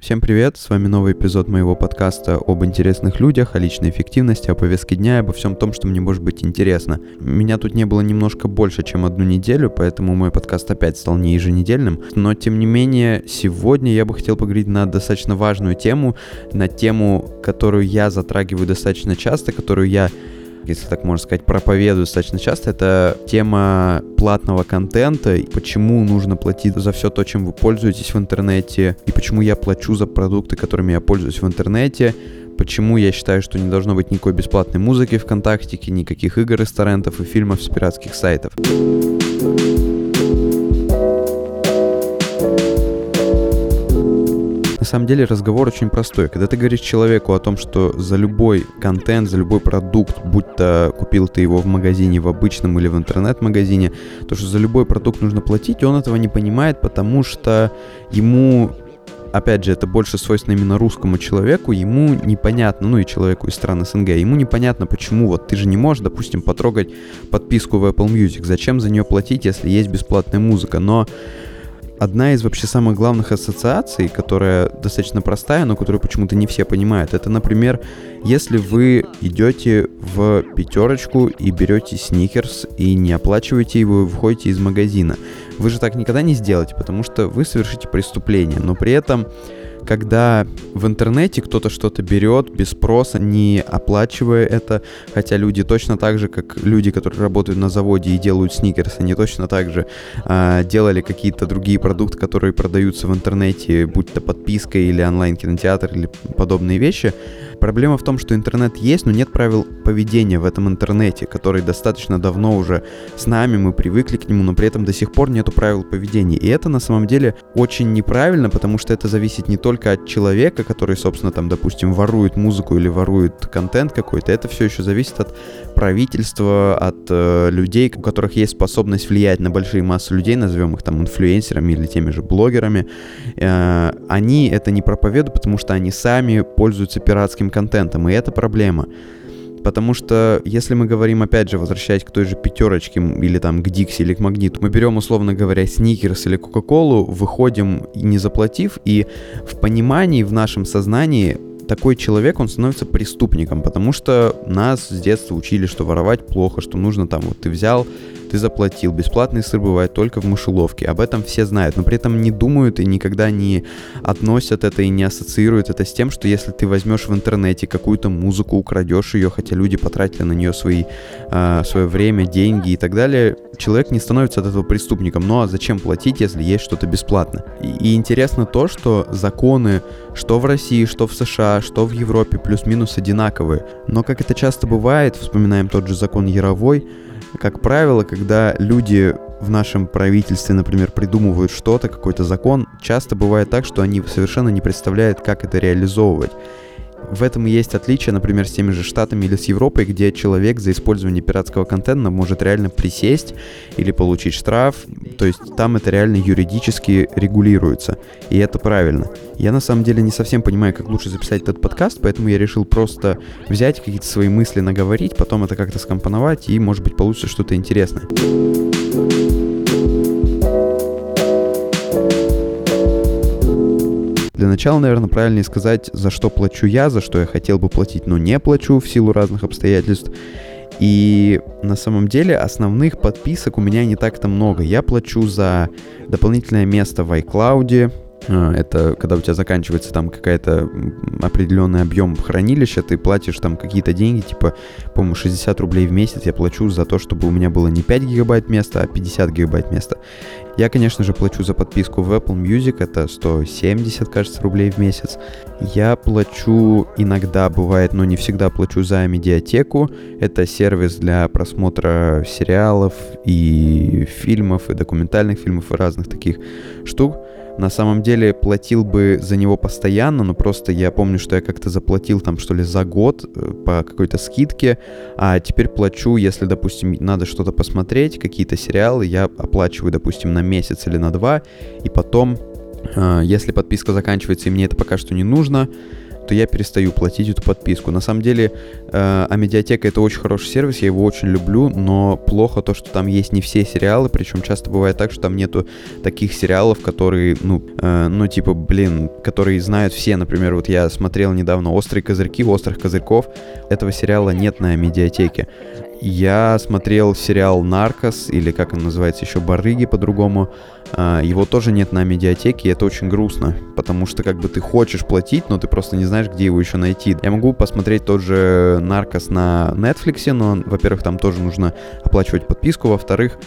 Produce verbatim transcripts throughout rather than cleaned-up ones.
Всем привет, с вами новый эпизод моего подкаста об интересных людях, о личной эффективности, о повестке дня и обо всем том, что мне может быть интересно. Меня тут не было немножко больше, чем одну неделю, поэтому мой подкаст опять стал не еженедельным. Но, тем не менее, сегодня я бы хотел поговорить на достаточно важную тему, на тему, которую я затрагиваю достаточно часто, которую я, если так можно сказать, проповедую достаточно часто. Это тема платного контента, почему нужно платить за все то, чем вы пользуетесь в интернете, и почему я плачу за продукты, которыми я пользуюсь в интернете, почему я считаю, что не должно быть никакой бесплатной музыки ВКонтактике, никаких игр из торрентов и фильмов с пиратских сайтов. На самом деле разговор очень простой. Когда ты говоришь человеку о том, что за любой контент, за любой продукт, будь то купил ты его в магазине, в обычном или в интернет-магазине, то что за любой продукт нужно платить, и он этого не понимает, потому что ему, опять же, это больше свойственно именно русскому человеку, ему непонятно, ну и человеку из стран СНГ, ему непонятно, почему вот ты же не можешь, допустим, потрогать подписку в Apple Music, зачем за нее платить, если есть бесплатная музыка, но одна из вообще самых главных ассоциаций, которая достаточно простая, но которую почему-то не все понимают, это, например, если вы идете в пятерочку и берете сникерс и не оплачиваете его, и выходите из магазина. Вы же так никогда не сделаете, потому что вы совершите преступление, но при этом, когда в интернете кто-то что-то берет без спроса, не оплачивая это, хотя люди точно так же, как люди, которые работают на заводе и делают сникерсы, они точно так же а, делали какие-то другие продукты, которые продаются в интернете, будь то подписка или онлайн-кинотеатр или подобные вещи. Проблема в том, что интернет есть, но нет правил поведения в этом интернете, который достаточно давно уже с нами, мы привыкли к нему, но при этом до сих пор нету правил поведения. И это на самом деле очень неправильно, потому что это зависит не только от человека, который, собственно, там, допустим, ворует музыку или ворует контент какой-то, это все еще зависит от правительства, от э, людей, у которых есть способность влиять на большие массы людей, назовем их там инфлюенсерами или теми же блогерами. Э, они это не проповедуют, потому что они сами пользуются пиратским контентом, и это проблема. Потому что, если мы говорим, опять же, возвращаясь к той же пятерочке, или там к Dixie, или к Магниту, мы берем, условно говоря, Сникерс или Кока-Колу, выходим не заплатив, и в понимании, в нашем сознании такой человек, он становится преступником, потому что нас с детства учили, что воровать плохо, что нужно там, вот ты взял, ты заплатил, бесплатный сыр бывает только в мышеловке, об этом все знают, но при этом не думают и никогда не относят это и не ассоциируют это с тем, что если ты возьмешь в интернете какую-то музыку, украдешь ее, хотя люди потратили на нее свои, э, свое время, деньги и так далее, человек не становится от этого преступником. Ну а зачем платить, если есть что-то бесплатно? И, и интересно то, что законы, что в России, что в США, что в Европе, плюс-минус одинаковые. Но как это часто бывает, вспоминаем тот же закон Яровой, как правило, когда люди в нашем правительстве, например, придумывают что-то, какой-то закон, часто бывает так, что они совершенно не представляют, как это реализовывать. В этом и есть отличие, например, с теми же Штатами или с Европой, где человек за использование пиратского контента может реально присесть или получить штраф. То есть там это реально юридически регулируется. И это правильно. Я на самом деле не совсем понимаю, как лучше записать этот подкаст, поэтому я решил просто взять какие-то свои мысли, наговорить, потом это как-то скомпоновать, и, может быть, получится что-то интересное. Для начала, наверное, правильнее сказать, за что плачу я, за что я хотел бы платить, но не плачу в силу разных обстоятельств. И на самом деле основных подписок у меня не так-то много. Я плачу за дополнительное место в iCloud. Это когда у тебя заканчивается там какая-то определенный объем хранилища, ты платишь там какие-то деньги, типа, по-моему, шестьдесят рублей в месяц я плачу за то, чтобы у меня было не пять гигабайт места, а пятьдесят гигабайт места. Я, конечно же, плачу за подписку в Apple Music, это сто семьдесят, кажется, рублей в месяц. Я плачу иногда, бывает, но не всегда плачу за медиатеку. Это сервис для просмотра сериалов и фильмов, и документальных фильмов, и разных таких штук. На самом деле платил бы за него постоянно, но просто я помню, что я как-то заплатил там что ли за год по какой-то скидке, а теперь плачу, если, допустим, надо что-то посмотреть, какие-то сериалы, я оплачиваю, допустим, на месяц или на два, и потом, если подписка заканчивается и мне это пока что не нужно, то я перестаю платить эту подписку. На самом деле, э, Амедиатека — это очень хороший сервис, я его очень люблю, но плохо то, что там есть не все сериалы, причем часто бывает так, что там нету таких сериалов, которые, ну, э, ну типа, блин, которые знают все. Например, вот я смотрел недавно «Острые козырьки», «Острых козырьков». Этого сериала нет на Амедиатеке. Я смотрел сериал «Наркос», или как он называется еще, «Барыги» по-другому. Его тоже нет на Амедиатеке, и это очень грустно, потому что как бы ты хочешь платить, но ты просто не знаешь, где его еще найти. Я могу посмотреть тот же «Наркос» на Netflix, но, во-первых, там тоже нужно оплачивать подписку, во-вторых,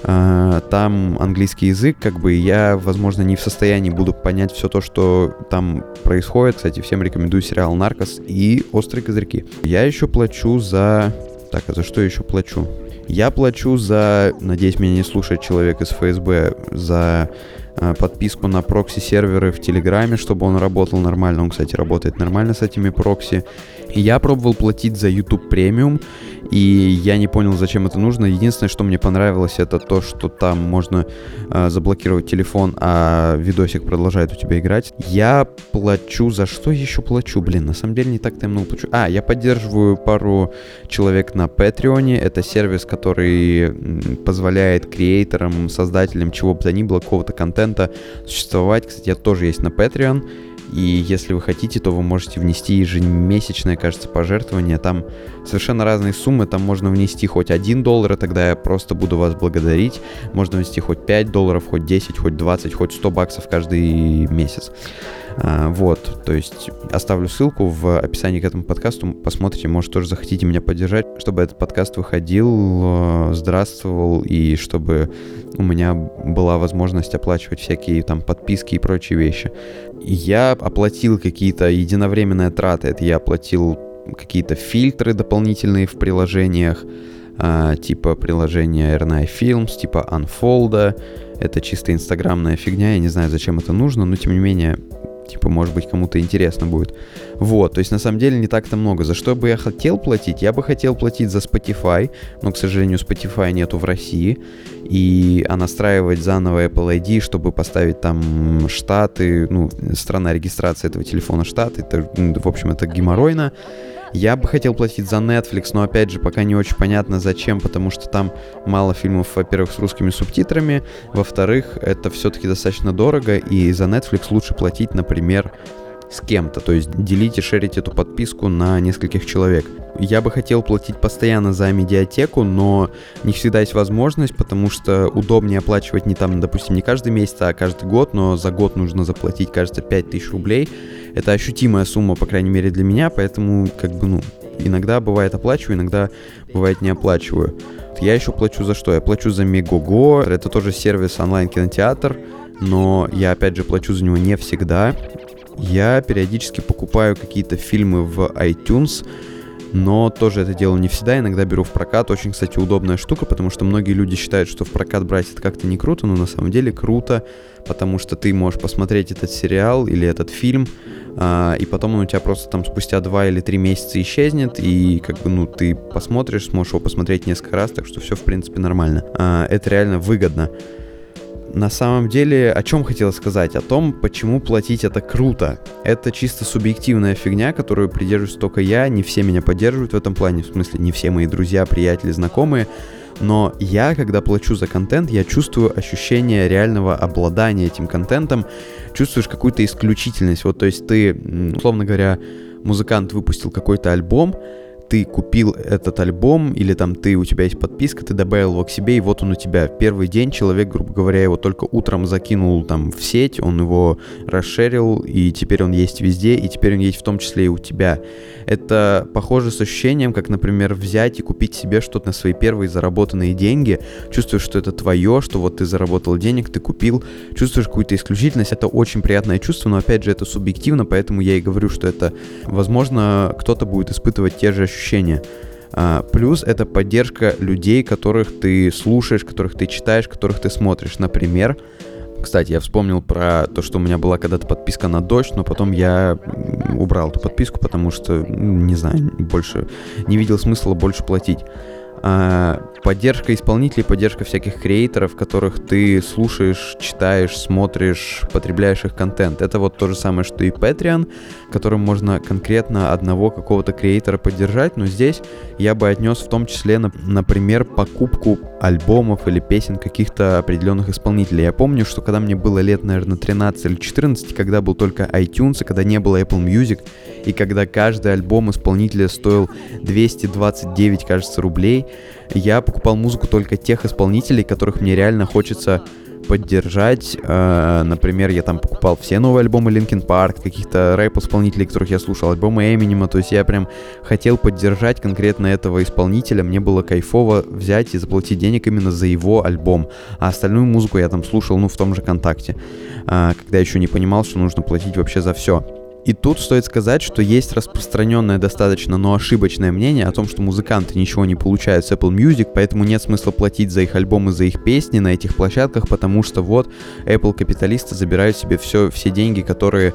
там английский язык, как бы я, возможно, не в состоянии буду понять все то, что там происходит. Кстати, всем рекомендую сериал «Наркос» и «Острые козырьки». Я еще плачу за... Так, а за что я еще плачу? Я плачу за, надеюсь, меня не слушает человек из эф эс бэ, за э, подписку на прокси-серверы в Телеграме, чтобы он работал нормально. Он, кстати, работает нормально с этими прокси. И я пробовал платить за YouTube премиум, и я не понял, зачем это нужно. Единственное, что мне понравилось, это то, что там можно э, заблокировать телефон, а видосик продолжает у тебя играть. Я плачу за что еще плачу? Блин, на самом деле не так-то я много плачу. А, я поддерживаю пару человек на Patreon. Это сервис, который позволяет креаторам, создателям чего бы то ни было, какого-то контента существовать. Кстати, я тоже есть на Patreon. И если вы хотите, то вы можете внести ежемесячное, кажется, пожертвование. Там совершенно разные суммы. Там можно внести хоть один доллар, и тогда я просто буду вас благодарить. Можно внести хоть пять долларов, хоть десять, хоть двадцать, хоть сто баксов каждый месяц. А, вот, то есть оставлю ссылку в описании к этому подкасту. Посмотрите, может, тоже захотите меня поддержать, чтобы этот подкаст выходил, здравствовал, и чтобы у меня была возможность оплачивать всякие там подписки и прочие вещи. Я оплатил какие-то единовременные траты. Это я оплатил какие-то фильтры дополнительные в приложениях, а, типа приложения эр эн ай Films, типа Unfold. Это чисто инстаграмная фигня, я не знаю, зачем это нужно, но тем не менее, типа, может быть, кому-то интересно будет. Вот, то есть, на самом деле, не так-то много. За что бы я хотел платить? Я бы хотел платить за Spotify, но, к сожалению, Spotify нету в России. И а настраивать заново Apple ай ди, чтобы поставить там штаты, ну, страна регистрации этого телефона штаты, это, в общем, это геморройно. Я бы хотел платить за Netflix, но, опять же, пока не очень понятно, зачем, потому что там мало фильмов, во-первых, с русскими субтитрами, во-вторых, это все-таки достаточно дорого, и за Netflix лучше платить, например, с кем-то, то есть делить и шерить эту подписку на нескольких человек. Я бы хотел платить постоянно за медиатеку, но не всегда есть возможность, потому что удобнее оплачивать не там, допустим, не каждый месяц, а каждый год, но за год нужно заплатить, кажется, пять тысяч рублей. Это ощутимая сумма, по крайней мере, для меня, поэтому, как бы, ну, иногда бывает оплачиваю, иногда бывает не оплачиваю. Я еще плачу за что? Я плачу за Мегого, это тоже сервис онлайн-кинотеатр, но я, опять же, плачу за него не всегда. Я периодически покупаю какие-то фильмы в iTunes, но тоже это делаю не всегда, иногда беру в прокат. Очень, кстати, удобная штука, потому что многие люди считают, что в прокат брать это как-то не круто, но на самом деле круто, потому что ты можешь посмотреть этот сериал или этот фильм, а, и потом он у тебя просто там спустя два или три месяца исчезнет, и как бы, ну, ты посмотришь, сможешь его посмотреть несколько раз, так что все, в принципе, нормально. А, это реально выгодно. На самом деле, о чем хотел сказать? О том, почему платить это круто. Это чисто субъективная фигня, которую придерживаюсь только я, не все меня поддерживают в этом плане, в смысле, не все мои друзья, приятели, знакомые, но я, когда плачу за контент, я чувствую ощущение реального обладания этим контентом, чувствуешь какую-то исключительность. Вот, то есть ты, условно говоря, музыкант выпустил какой-то альбом, ты купил этот альбом, или там ты, у тебя есть подписка, ты добавил его к себе, и вот он у тебя. Первый день человек, грубо говоря, его только утром закинул там в сеть, он его расширил, и теперь он есть везде, и теперь он есть в том числе и у тебя. Это похоже с ощущением, как, например, взять и купить себе что-то на свои первые заработанные деньги, чувствуешь, что это твое, что вот ты заработал денег, ты купил, чувствуешь какую-то исключительность, это очень приятное чувство, но опять же это субъективно, поэтому я и говорю, что это, возможно, кто-то будет испытывать те же ощущения. Ощущения. А, плюс это поддержка людей, которых ты слушаешь, которых ты читаешь, которых ты смотришь. Например, кстати, я вспомнил про то, что у меня была когда-то подписка на Дождь, но потом я убрал эту подписку, потому что, не знаю, больше не видел смысла больше платить. А, поддержка исполнителей, поддержка всяких креаторов, которых ты слушаешь, читаешь, смотришь, потребляешь их контент. Это вот то же самое, что и Patreon, которым можно конкретно одного какого-то креатора поддержать, но здесь я бы отнес в том числе, например, покупку альбомов или песен каких-то определенных исполнителей. Я помню, что когда мне было лет, наверное, тринадцать или четырнадцать, когда был только iTunes, и когда не было Apple Music, и когда каждый альбом исполнителя стоил двести двадцать девять, кажется, рублей, я покупал музыку только тех исполнителей, которых мне реально хочется поддержать. Э, например, я там покупал все новые альбомы Linkin Park, каких-то рэп-исполнителей, которых я слушал, альбомы Эминема, то есть я прям хотел поддержать конкретно этого исполнителя, мне было кайфово взять и заплатить денег именно за его альбом, а остальную музыку я там слушал, ну, в том же ВКонтакте, э, когда еще не понимал, что нужно платить вообще за все. И тут стоит сказать, что есть распространенное достаточно, но ошибочное мнение о том, что музыканты ничего не получают с Apple Music, поэтому нет смысла платить за их альбомы, за их песни на этих площадках, потому что вот Apple капиталисты забирают себе все, все деньги, которые,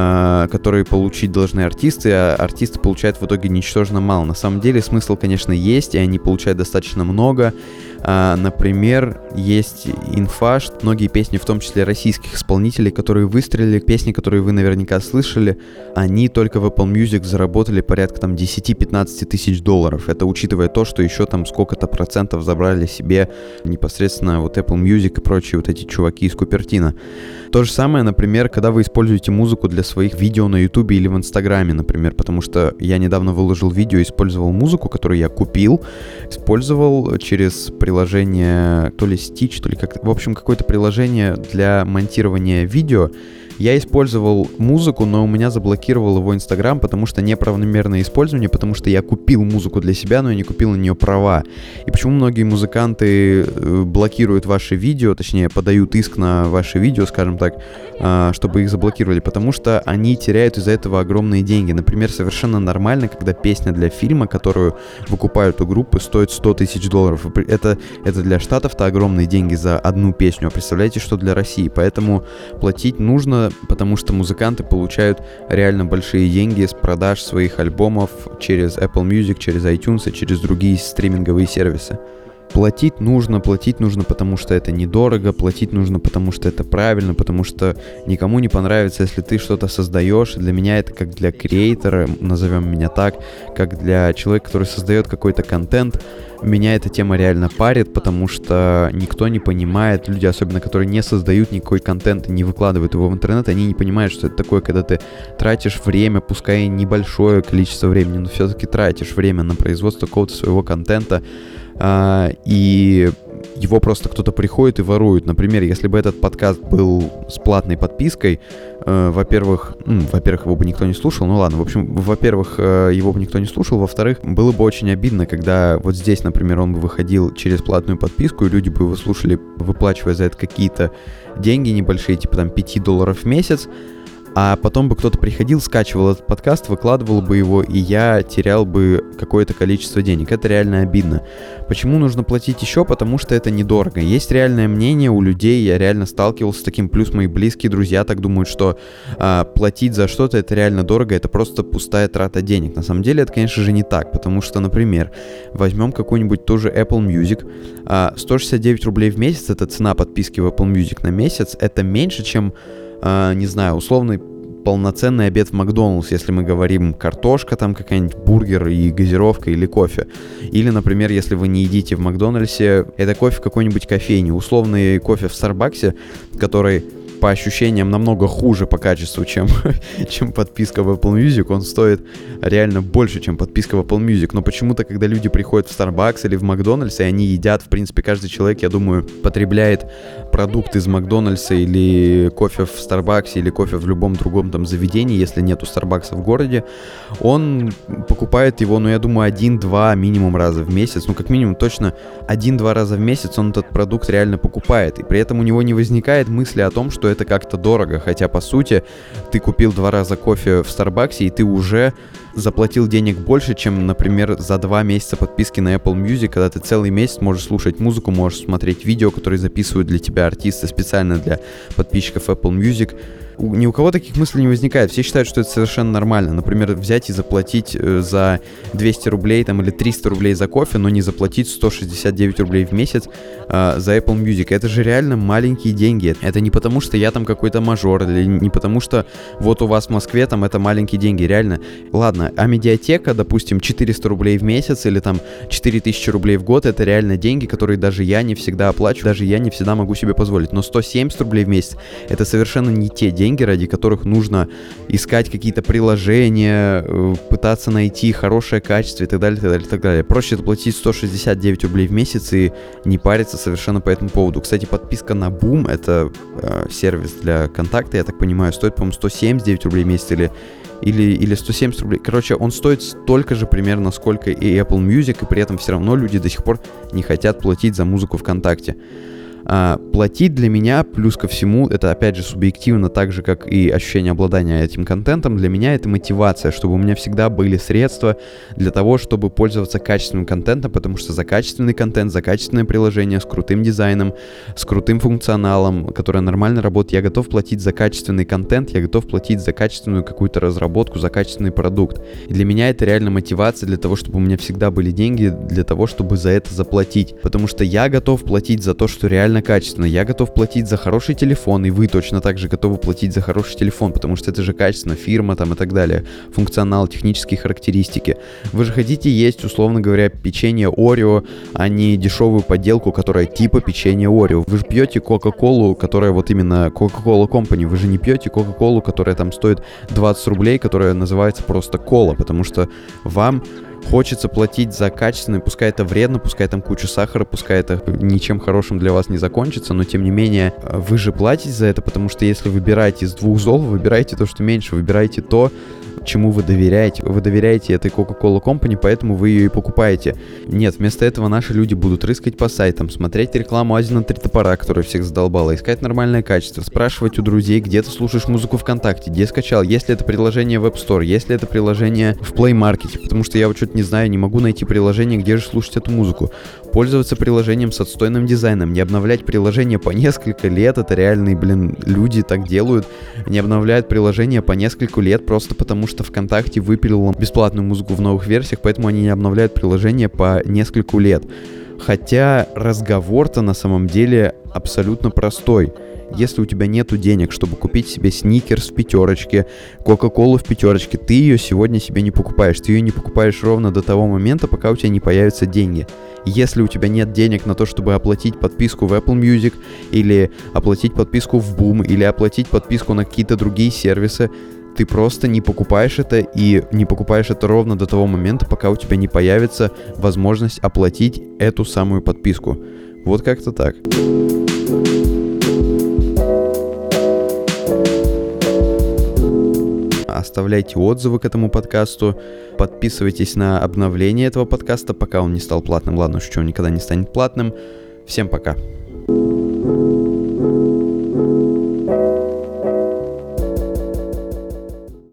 э, которые получить должны артисты, а артисты получают в итоге ничтожно мало. На самом деле смысл, конечно, есть, и они получают достаточно много. Uh, например, есть инфа, что многие песни, в том числе российских исполнителей, которые выстрелили, песни, которые вы наверняка слышали, они только в Apple Music заработали порядка там десять-пятнадцать тысяч долларов. Это учитывая то, что еще там сколько-то процентов забрали себе непосредственно вот Apple Music и прочие вот эти чуваки из Купертино. То же самое, например, когда вы используете музыку для своих видео на YouTube или в Инстаграме, например, потому что я недавно выложил видео, использовал музыку, которую я купил, использовал через приложение то ли Stitch, то ли как-то, в общем, какое-то приложение для монтирования видео. Я использовал музыку, но у меня заблокировал его Инстаграм, потому что неправомерное использование, потому что я купил музыку для себя, но я не купил на нее права. И почему многие музыканты блокируют ваши видео, точнее, подают иск на ваши видео, скажем так, чтобы их заблокировали? Потому что они теряют из-за этого огромные деньги. Например, совершенно нормально, когда песня для фильма, которую выкупают у группы, стоит сто тысяч долларов. Это, это для Штатов-то огромные деньги за одну песню. А представляете, что для России? Поэтому платить нужно, потому что музыканты получают реально большие деньги с продаж своих альбомов через Apple Music, через iTunes и через другие стриминговые сервисы. Платить нужно, платить нужно, потому что это недорого, платить нужно, потому что это правильно, потому что никому не понравится, если ты что-то создаешь. Для меня это как для креатора, назовем меня так, как для человека, который создает какой-то контент. Меня эта тема реально парит, потому что никто не понимает, люди, особенно которые не создают никакой контент и не выкладывают его в интернет, они не понимают, что это такое, когда ты тратишь время, пускай и небольшое количество времени, но все-таки тратишь время на производство какого-то своего контента, а, и его просто кто-то приходит и ворует. Например, если бы этот подкаст был с платной подпиской, э, во-первых, м, во-первых, его бы никто не слушал, ну ладно, в общем, во-первых, э, его бы никто не слушал, во-вторых, было бы очень обидно, когда вот здесь, например, он бы выходил через платную подписку, и люди бы его слушали, выплачивая за это какие-то деньги небольшие, типа там пять долларов в месяц, а потом бы кто-то приходил, скачивал этот подкаст, выкладывал бы его, и я терял бы какое-то количество денег. Это реально обидно. Почему нужно платить еще? Потому что это недорого. Есть реальное мнение у людей, я реально сталкивался с таким, плюс мои близкие друзья так думают, что а, платить за что-то это реально дорого, это просто пустая трата денег. На самом деле это, конечно же, не так, потому что, например, возьмем какую-нибудь ту же Apple Music, а, сто шестьдесят девять рублей в месяц, это цена подписки в Apple Music на месяц, это меньше, чем Uh, не знаю, условный полноценный обед в Макдональдс, если мы говорим картошка, там какая-нибудь бургер и газировка или кофе. Или, например, если вы не едите в Макдональдсе, это кофе в какой-нибудь кофейне. Условный кофе в Старбаксе, который по ощущениям намного хуже по качеству, чем, чем подписка в Apple Music. Он стоит реально больше, чем подписка в Apple Music. Но почему-то, когда люди приходят в Starbucks или в Макдональдс, и они едят, в принципе, каждый человек, я думаю, потребляет продукт из Макдональдса или кофе в Starbucks, или кофе в любом другом там заведении, если нету Starbucks в городе, он покупает его, ну, я думаю, один-два минимум раза в месяц. Ну, как минимум, точно один-два раза в месяц он этот продукт реально покупает. И при этом у него не возникает мысли о том, что что это как-то дорого, хотя, по сути, ты купил два раза кофе в Старбаксе, и ты уже заплатил денег больше, чем, например, за два месяца подписки на Apple Music, когда ты целый месяц можешь слушать музыку, можешь смотреть видео, которые записывают для тебя артисты специально для подписчиков Apple Music. Ни у кого таких мыслей не возникает. Все считают, что это совершенно нормально. Например, взять и заплатить за двести рублей там, или триста рублей за кофе, но не заплатить сто шестьдесят девять рублей в месяц э, за Apple Music. Это же реально маленькие деньги. Это не потому, что я там какой-то мажор, или не потому, что вот у вас в Москве там это маленькие деньги. Реально. Ладно, а медиатека, допустим, четыреста рублей в месяц или там четыре тысячи рублей в год, это реально деньги, которые даже я не всегда оплачиваю, даже я не всегда могу себе позволить. Но сто семьдесят рублей в месяц — это совершенно не те деньги, деньги, ради которых нужно искать какие-то приложения, пытаться найти хорошее качество и так далее, так далее, так далее. Проще заплатить сто шестьдесят девять рублей в месяц и не париться совершенно по этому поводу. Кстати, подписка на Boom, это э, сервис для контакта, я так понимаю, стоит, по-моему, сто семьдесят девять рублей в месяц или, или, или сто семьдесят рублей. Короче, он стоит столько же примерно, сколько и Apple Music, и при этом все равно люди до сих пор не хотят платить за музыку ВКонтакте. А, платить для меня, плюс ко всему, это опять же субъективно, так же, как и ощущение обладания этим контентом, для меня это мотивация, чтобы у меня всегда были средства для того, чтобы пользоваться качественным контентом, потому что за качественный контент, за качественное приложение с крутым дизайном, с крутым функционалом, которое нормально работает, я готов платить за качественный контент, я готов платить за качественную какую-то разработку, за качественный продукт. И для меня это реально мотивация для того, чтобы у меня всегда были деньги для того, чтобы за это заплатить, потому что я готов платить за то, что реально качественно. Я готов платить за хороший телефон, и вы точно так же готовы платить за хороший телефон, потому что это же качественно, фирма там и так далее, функционал, технические характеристики. Вы же хотите есть, условно говоря, печенье Орео, а не дешевую подделку, которая типа печенье Орео. Вы же пьете Кока-Колу, которая вот именно Coca-Cola Company, вы же не пьете Кока-Колу, которая там стоит двадцать рублей, которая называется просто кола, потому что вам хочется платить за качественное, пускай это вредно, пускай там куча сахара, пускай это ничем хорошим для вас не закончится, но тем не менее вы же платите за это, потому что если выбираете из двух зол, выбирайте то, что меньше, выбирайте то, чему вы доверяете. Вы доверяете этой Coca-Cola Company, поэтому вы ее и покупаете. Нет, вместо этого наши люди будут рыскать по сайтам, смотреть рекламу Азина Три Топора, которая всех задолбала, искать нормальное качество, спрашивать у друзей, где ты слушаешь музыку ВКонтакте, где скачал, есть ли это приложение в App Store, есть ли это приложение в Play Market, потому что я вот что-то не знаю, не могу найти приложение, где же слушать эту музыку. Пользоваться приложением с отстойным дизайном, не обновлять приложение по несколько лет, это реальные, блин, люди так делают, не обновляют приложение по несколько лет просто потому, что ВКонтакте выпилил бесплатную музыку в новых версиях, поэтому они не обновляют приложение по нескольку лет. Хотя разговор-то на самом деле абсолютно простой. Если у тебя нету денег, чтобы купить себе сникерс в пятерочке, кока-колу в пятерочке, ты ее сегодня себе не покупаешь. Ты ее не покупаешь ровно до того момента, пока у тебя не появятся деньги. Если у тебя нет денег на то, чтобы оплатить подписку в Apple Music, или оплатить подписку в Boom, или оплатить подписку на какие-то другие сервисы, ты просто не покупаешь это, и не покупаешь это ровно до того момента, пока у тебя не появится возможность оплатить эту самую подписку. Вот как-то так. Оставляйте отзывы к этому подкасту, подписывайтесь на обновление этого подкаста, пока он не стал платным. Ладно, шучу, он никогда не станет платным. Всем пока.